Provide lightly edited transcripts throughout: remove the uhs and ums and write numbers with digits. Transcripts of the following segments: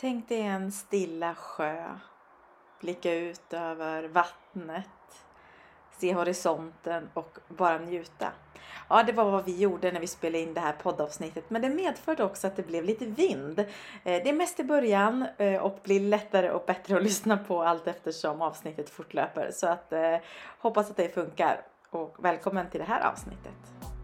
Tänk dig en stilla sjö. Blicka ut över vattnet. Se horisonten och bara njuta. Ja, det var vad vi gjorde när vi spelade in det här poddavsnittet. Men det medförde också att det blev lite vind. Det är mest i början och blir lättare och bättre att lyssna på allt eftersom avsnittet fortlöper. Så att hoppas att det funkar. Och välkommen till det här avsnittet.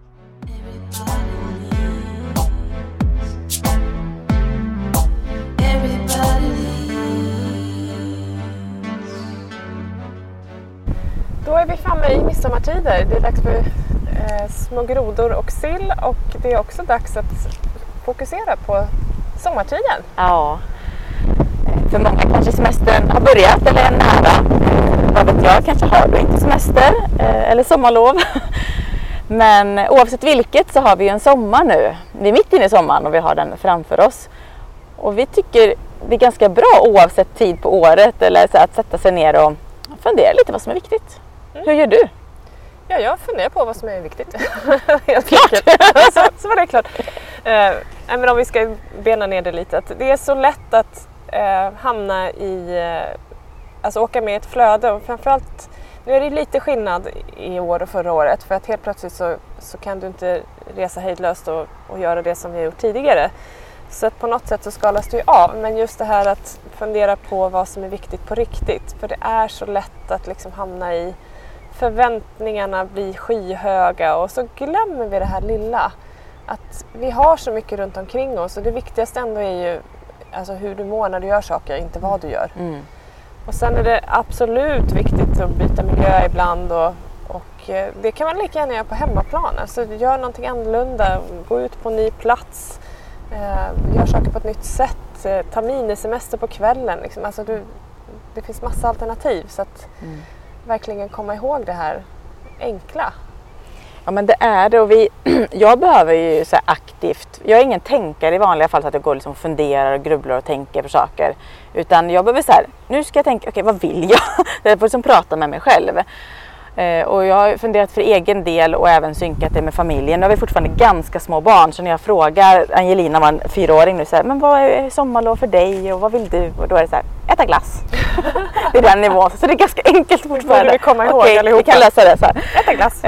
Då är vi framme i midsommartider. Det är dags för små grodor och sill, och det är också dags att fokusera på sommartiden. Ja, för många kanske semestern har börjat eller är nära. Vad vet jag, kanske har du inte semester eller sommarlov. Men oavsett vilket så har vi ju en sommar nu. Vi är mitt inne i sommaren och vi har den framför oss. Och vi tycker det är ganska bra oavsett tid på året eller så att sätta sig ner och fundera lite vad som är viktigt. Hur gör du? Ja, jag funderar på vad som är viktigt. Helt klart. så var det klart. Men om vi ska bena ner det lite. Att det är så lätt att hamna i, alltså åka med i ett flöde. Och framförallt, nu är det lite skillnad i år och förra året. För att helt plötsligt så kan du inte resa hejdlöst och göra det som vi har gjort tidigare. Så att på något sätt så skalas det ju av. Men just det här att fundera på vad som är viktigt på riktigt. För det är så lätt att liksom hamna i förväntningarna, blir skyhöga. Och så glömmer vi det här lilla. Att vi har så mycket runt omkring oss. Och det viktigaste ändå är ju alltså hur du mår när du gör saker, inte vad du gör. Mm. Och sen är det absolut viktigt att byta miljö ibland. Och det kan man lika gärna göra på hemmaplan. Alltså gör någonting annorlunda, gå ut på en ny plats. Gör saker på ett nytt sätt, ta minisemester på kvällen liksom. Alltså det finns massa alternativ, så att verkligen komma ihåg det här enkla. Ja, men det är det, och jag behöver ju så här aktivt, jag är ingen tänkare i vanliga fall så att jag går liksom och funderar och grubblar och tänker på saker, utan jag behöver så här, nu ska jag tänka, okej, vad vill jag? Jag får liksom prata med mig själv. Och jag har funderat för egen del och även synkat det med familjen. Nu har vi fortfarande ganska små barn, så när jag frågar Angelina, var en 4-åring nu, så här, men vad är sommarlov för dig och vad vill du? Och då är det så här, äta glass. Det är den nivån, så det är ganska enkelt fortfarande. Vi komma ihåg okej, allihopa. Vi kan lösa det så här. Äta glass.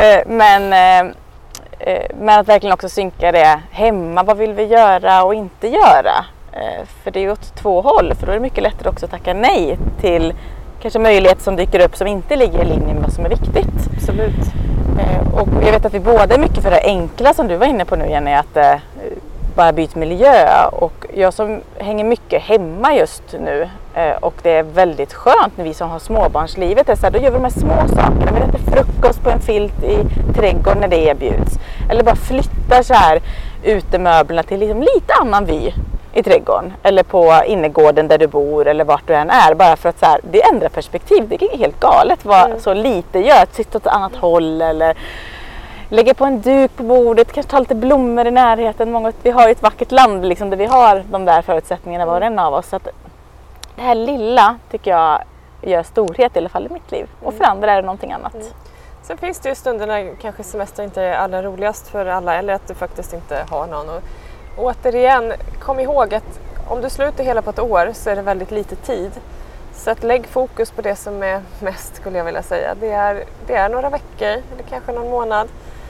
Men att verkligen också synka det hemma, vad vill vi göra och inte göra? För det är ju åt två håll, för då är det mycket lättare också att tacka nej till kanske möjligheter som dyker upp som inte ligger i linje med vad som är viktigt. Absolut. Och jag vet att vi båda är mycket för det enkla som du var inne på nu, Jenny, att bara byta miljö. Och jag som hänger mycket hemma just nu, och det är väldigt skönt när vi som har småbarnslivet är så här, då gör vi de här små sakerna. Vi äter frukost på en filt i trädgården när det erbjuds. Eller bara flyttar så här utemöblerna till liksom lite annan vy i trädgården eller på innergården där du bor eller vart du än är, bara för att så här, det ändrar perspektiv. Det är helt galet vad så lite gör, att sitta åt ett annat håll eller lägga på en duk på bordet, kanske ta lite blommor i närheten. Vi har ju ett vackert land liksom, där vi har de där förutsättningarna var och en av oss, så att det här lilla tycker jag gör storhet, i alla fall i mitt liv, och för andra är det någonting annat. Sen finns det ju stunder när kanske semester inte är allra roligast för alla, eller att du faktiskt inte har någon. Och återigen, kom ihåg att om du slutar hela på ett år så är det väldigt lite tid. Så att lägg fokus på det som är mest, skulle jag vilja säga. Det är några veckor eller kanske någon månad.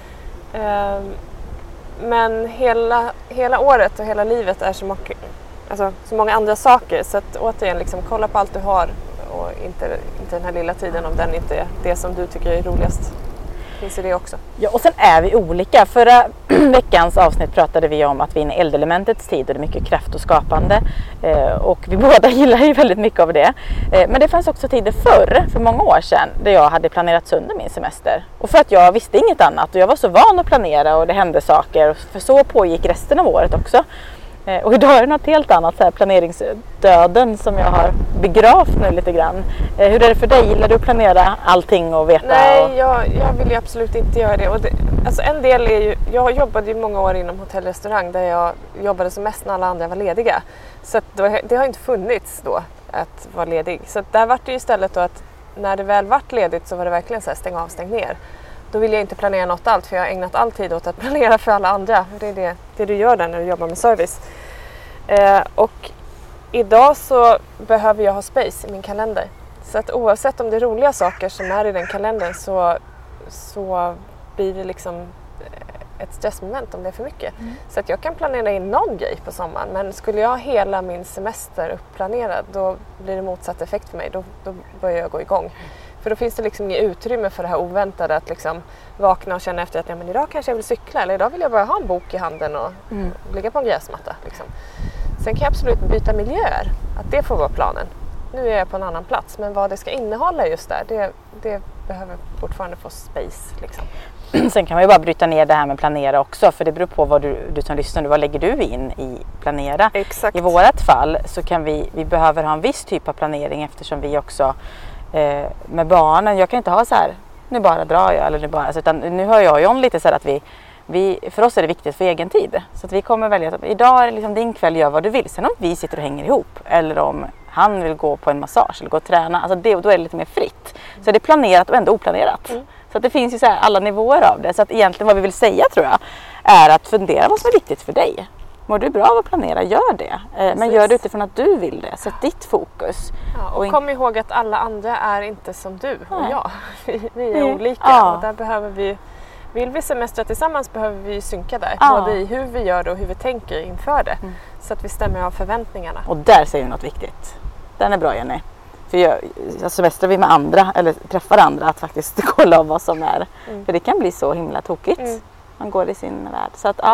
Men hela året och hela livet är så många andra saker. Så att återigen, liksom, kolla på allt du har och inte den här lilla tiden, om den inte är det som du tycker är roligast. Finns det också. Ja, och sen är vi olika. Förra veckans avsnitt pratade vi om att vi är inne i eldelementets tid och det är mycket kraft och skapande. Och vi båda gillar ju väldigt mycket av det. Men det fanns också tider för många år sedan, där jag hade planerat sönder min semester. Och för att jag visste inget annat och jag var så van att planera och det hände saker. För så pågick resten av året också. Och idag är det något helt annat, så här planeringsdöden som jag har begravt nu lite grann. Hur är det för dig? Gillar du att planera allting och veta? Nej, jag vill ju absolut inte göra det. Och alltså en del är ju, jag jobbade ju många år inom hotell och restaurang där jag jobbade som mest när alla andra var lediga. Så att det har inte funnits då att vara ledig. Så att där var det ju istället då att när det väl vart ledigt så var det verkligen så här, stäng av, stäng ner. Då vill jag inte planera något allt, för jag har ägnat all tid åt att planera för alla andra. Det är det du gör där när du jobbar med service. Och idag så behöver jag ha space i min kalender. Så att oavsett om det är roliga saker som är i den kalendern så blir det liksom ett stressmoment om det är för mycket. Så att jag kan planera in någon grej på sommaren, men skulle jag ha hela min semester uppplanerad, då blir det motsatt effekt för mig. Då börjar jag gå igång. För då finns det liksom inget utrymme för det här oväntade, att liksom vakna och känna efter att men idag kanske jag vill cykla, eller idag vill jag bara ha en bok i handen och ligga på en gräsmatta. Liksom. Sen kan jag absolut byta miljöer, att det får vara planen. Nu är jag på en annan plats, men vad det ska innehålla just där, det behöver fortfarande få space. Liksom. Sen kan man ju bara bryta ner det här med planera också, för det beror på vad du som lyssnar, vad lägger du in i planera. Exakt. I vårat fall så kan vi behöver ha en viss typ av planering, eftersom vi också med barnen, jag kan inte ha så här, nu bara drar jag, eller nu bara, utan nu har jag och John lite så här att vi, för oss är det viktigt för egen tid. Så att vi kommer välja att idag är det liksom din kväll, gör vad du vill. Sen om vi sitter och hänger ihop, eller om han vill gå på en massage eller gå och träna, alltså då är det lite mer fritt. Så det är planerat och ändå oplanerat. Så att det finns ju så här alla nivåer av det. Så att egentligen vad vi vill säga, tror jag, är att fundera vad som är viktigt för dig. Mår du bra av att planera, gör det. Men gör det utifrån att du vill det. Sätt ditt fokus. Ja, och kom ihåg att alla andra är inte som du och jag. Vi är olika. Och där behöver vill vi semestra tillsammans behöver vi synka där. Både i hur vi gör det och hur vi tänker inför det. Så att vi stämmer av förväntningarna. Och där säger du något viktigt. Den är bra, Jenny. För jag semestrar vi med andra, eller träffar andra, att faktiskt kolla av vad som är. För det kan bli så himla tokigt. Man går i sin värld. Så att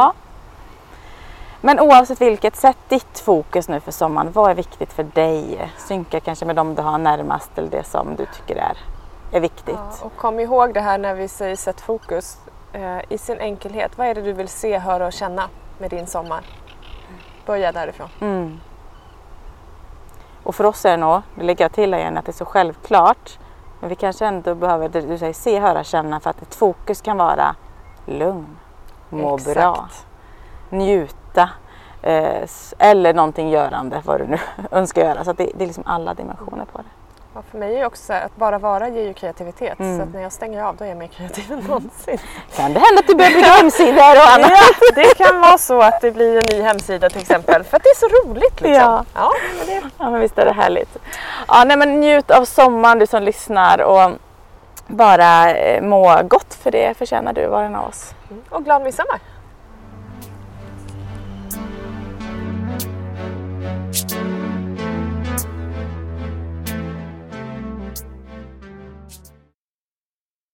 Men oavsett vilket, sätt ditt fokus nu för sommaren. Vad är viktigt för dig? Synka kanske med dem du har närmast, eller det som du tycker är viktigt. Ja, och kom ihåg det här när vi säger sätt fokus i sin enkelhet. Vad är det du vill se, höra och känna med din sommar? Börja därifrån. Och för oss är det nog, det lägger jag till igen, att det är så självklart. Men vi kanske ändå behöver, du säger, se, höra, känna, för att ett fokus kan vara lugn, må bra, njuta eller någonting görande, vad du nu önskar göra. Så att det är liksom alla dimensioner på det. Ja, för mig är det också så här, att bara vara ger ju kreativitet. Så att när jag stänger av, då är jag mer kreativ än någonsin. Kan det hända att du börjar bygga hemsidor och annat? Ja, det kan vara så att det blir en ny hemsida till exempel. För att det är så roligt liksom. Ja, men visst är det härligt. Ja, nej, men njut av sommaren, du som lyssnar, och bara må gott, för det förtjänar du, var en av oss. Och glad midsommar!